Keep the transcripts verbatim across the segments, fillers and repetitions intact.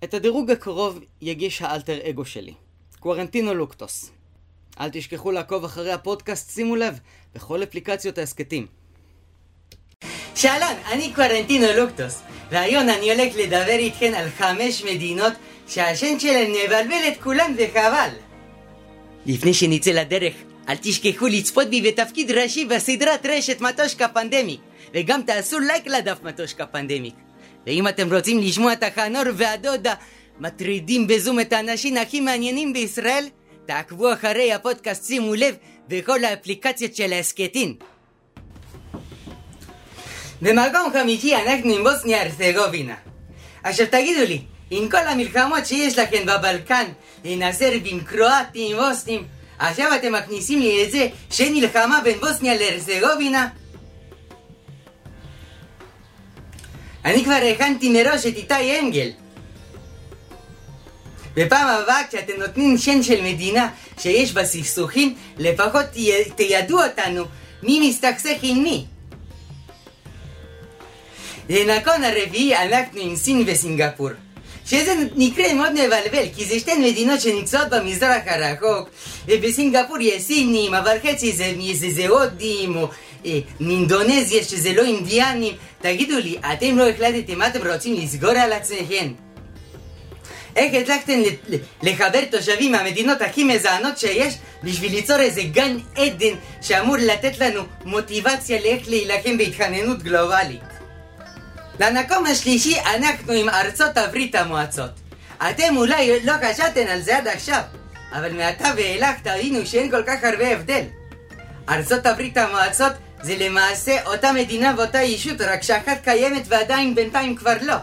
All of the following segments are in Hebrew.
את הדירוג הקרוב יגיש האלטר אגו שלי, קוורנטינו לוקטוס. אל תשכחו לעקוב אחרי הפודקאסט, שימו לב, בכל אפליקציות ההסקטים. שלום, אני קוורנטינו לוקטוס, והיום אני הולך לדבר איתכם על חמש מדינות שהשם שלהן מבלבל את כולן וחבל. לפני שנצא לדרך, אל תשכחו לצפות בי בתפקיד ראשי בסדרת רשת מטושקה פנדמיק, וגם תעשו לייק לדף מטושקה פנדמיק. ואם אתם רוצים לשמוע את החנור והדודה מטרידים בזום את האנשים הכי מעניינים בישראל, תעקבו אחרי הפודקאסט, שימו לב, בכל האפליקציות של ההסקטים. במקום חמישי אנחנו עם בוסניה הרצגובינה. עכשיו תגידו לי, עם כל המלחמות שיש לכם בבלקן, עם הסרבים, קרואטים, בוסנים, עכשיו אתם מכניסים לי את זה שנלחמה בין בוסניה להרצגובינה? אני כבר הכנתי מראש את איתי אנגל. בפעם הבאה כשאתם נותנים שם של מדינה שיש בה סכסוכים, לפחות תיידעו אותנו מי מסתכסך עם מי. לנקון הרביעי אנחנו עם סין וסינגפור, שזה נקרא מאוד מבלבל, כי זה שתי מדינות שנמצאות במזרח הרחוק, ובסינגפור יש סינים, אבל חצי זה, זה, זה הודים, או אה, מאינדונזיה שזה לא אינדיאנים. תגידו לי, אתם לא החלטתם מה אתם רוצים לסגור על עצמכם? איך הצלחתם לחבר תושבים מהמדינות הכי מזענות שיש בשביל ליצור איזה גן עדן שאמור לתת לנו מוטיבציה לאיך להילחם בהתחננות גלובלית? למקום השלישי אנחנו עם ארצות הברית המועצות. אתם אולי לא חשבתם על זה עד עכשיו, אבל מעתה ואילך תבינו שאין כל כך הרבה הבדל. ארצות הברית המועצות זה למעשה אותה מדינה ואותה ישות, רק שאחת קיימת ועדיין בינתיים כבר לא.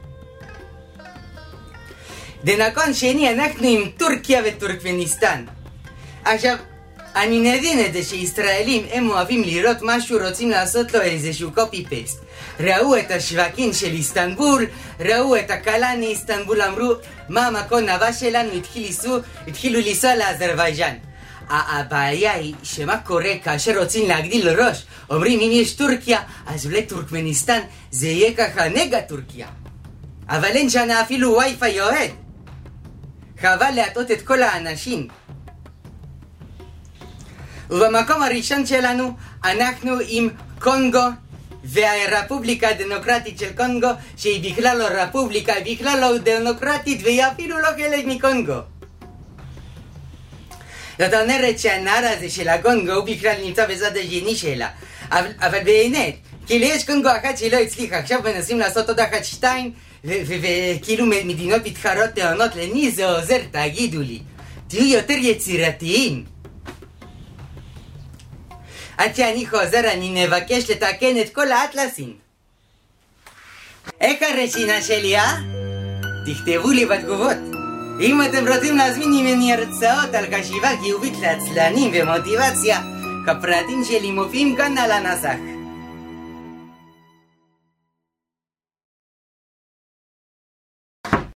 דנקון שני אנחנו עם טורקיה וטורקמניסטן. עכשיו, אני מבין את זה שישראלים הם אוהבים לראות משהו, רוצים לעשות לו איזשהו קופי פייסט. ראו את השווקים של איסטנבול, ראו את הקלה מאיסטנבול, אמרו מה המקום הבא שלנו, התחיל לנסוע, התחילו לנסוע לאזרבייג'אן. הבעיה היא שמה קורה כאשר רוצים להגדיל ראש, אומרים אם יש טורקיה אז אולי טורקמניסטן זה יהיה ככה נגד טורקיה, אבל אין שנה אפילו וי-פיי אוהד. חבל להטעות את כל האנשים. ובמקום הראשון שלנו אנחנו עם קונגו והרפובליקה הדמוקרטית של קונגו, שהיא בכלל לא רפובליקה, היא בכלל לא דמוקרטית והיא אפילו לא חלק מקונגו. זאת אומרת שהנער הזה של הקונגו הוא בכלל נמצא בצד השני שלה, אבל, אבל באמת, כאילו יש קונגו אחת שלא הצליחה, עכשיו מנסים לעשות עוד אחת שתיים וכאילו מדינות מתחרות טעונות, למי זה עוזר? תגידו לי, תהיו יותר יצירתיים. עד שאני חוזר אני נבקש לתקן את כל האטלסים. איך הרשימה שלי, אה? תכתבו לי בתגובות. אם אתם רוצים להזמין ממני הרצאות על חשיבה חיובית לעצלנים ומוטיבציה, הפרטים שלי מופיעים כאן על הנסח.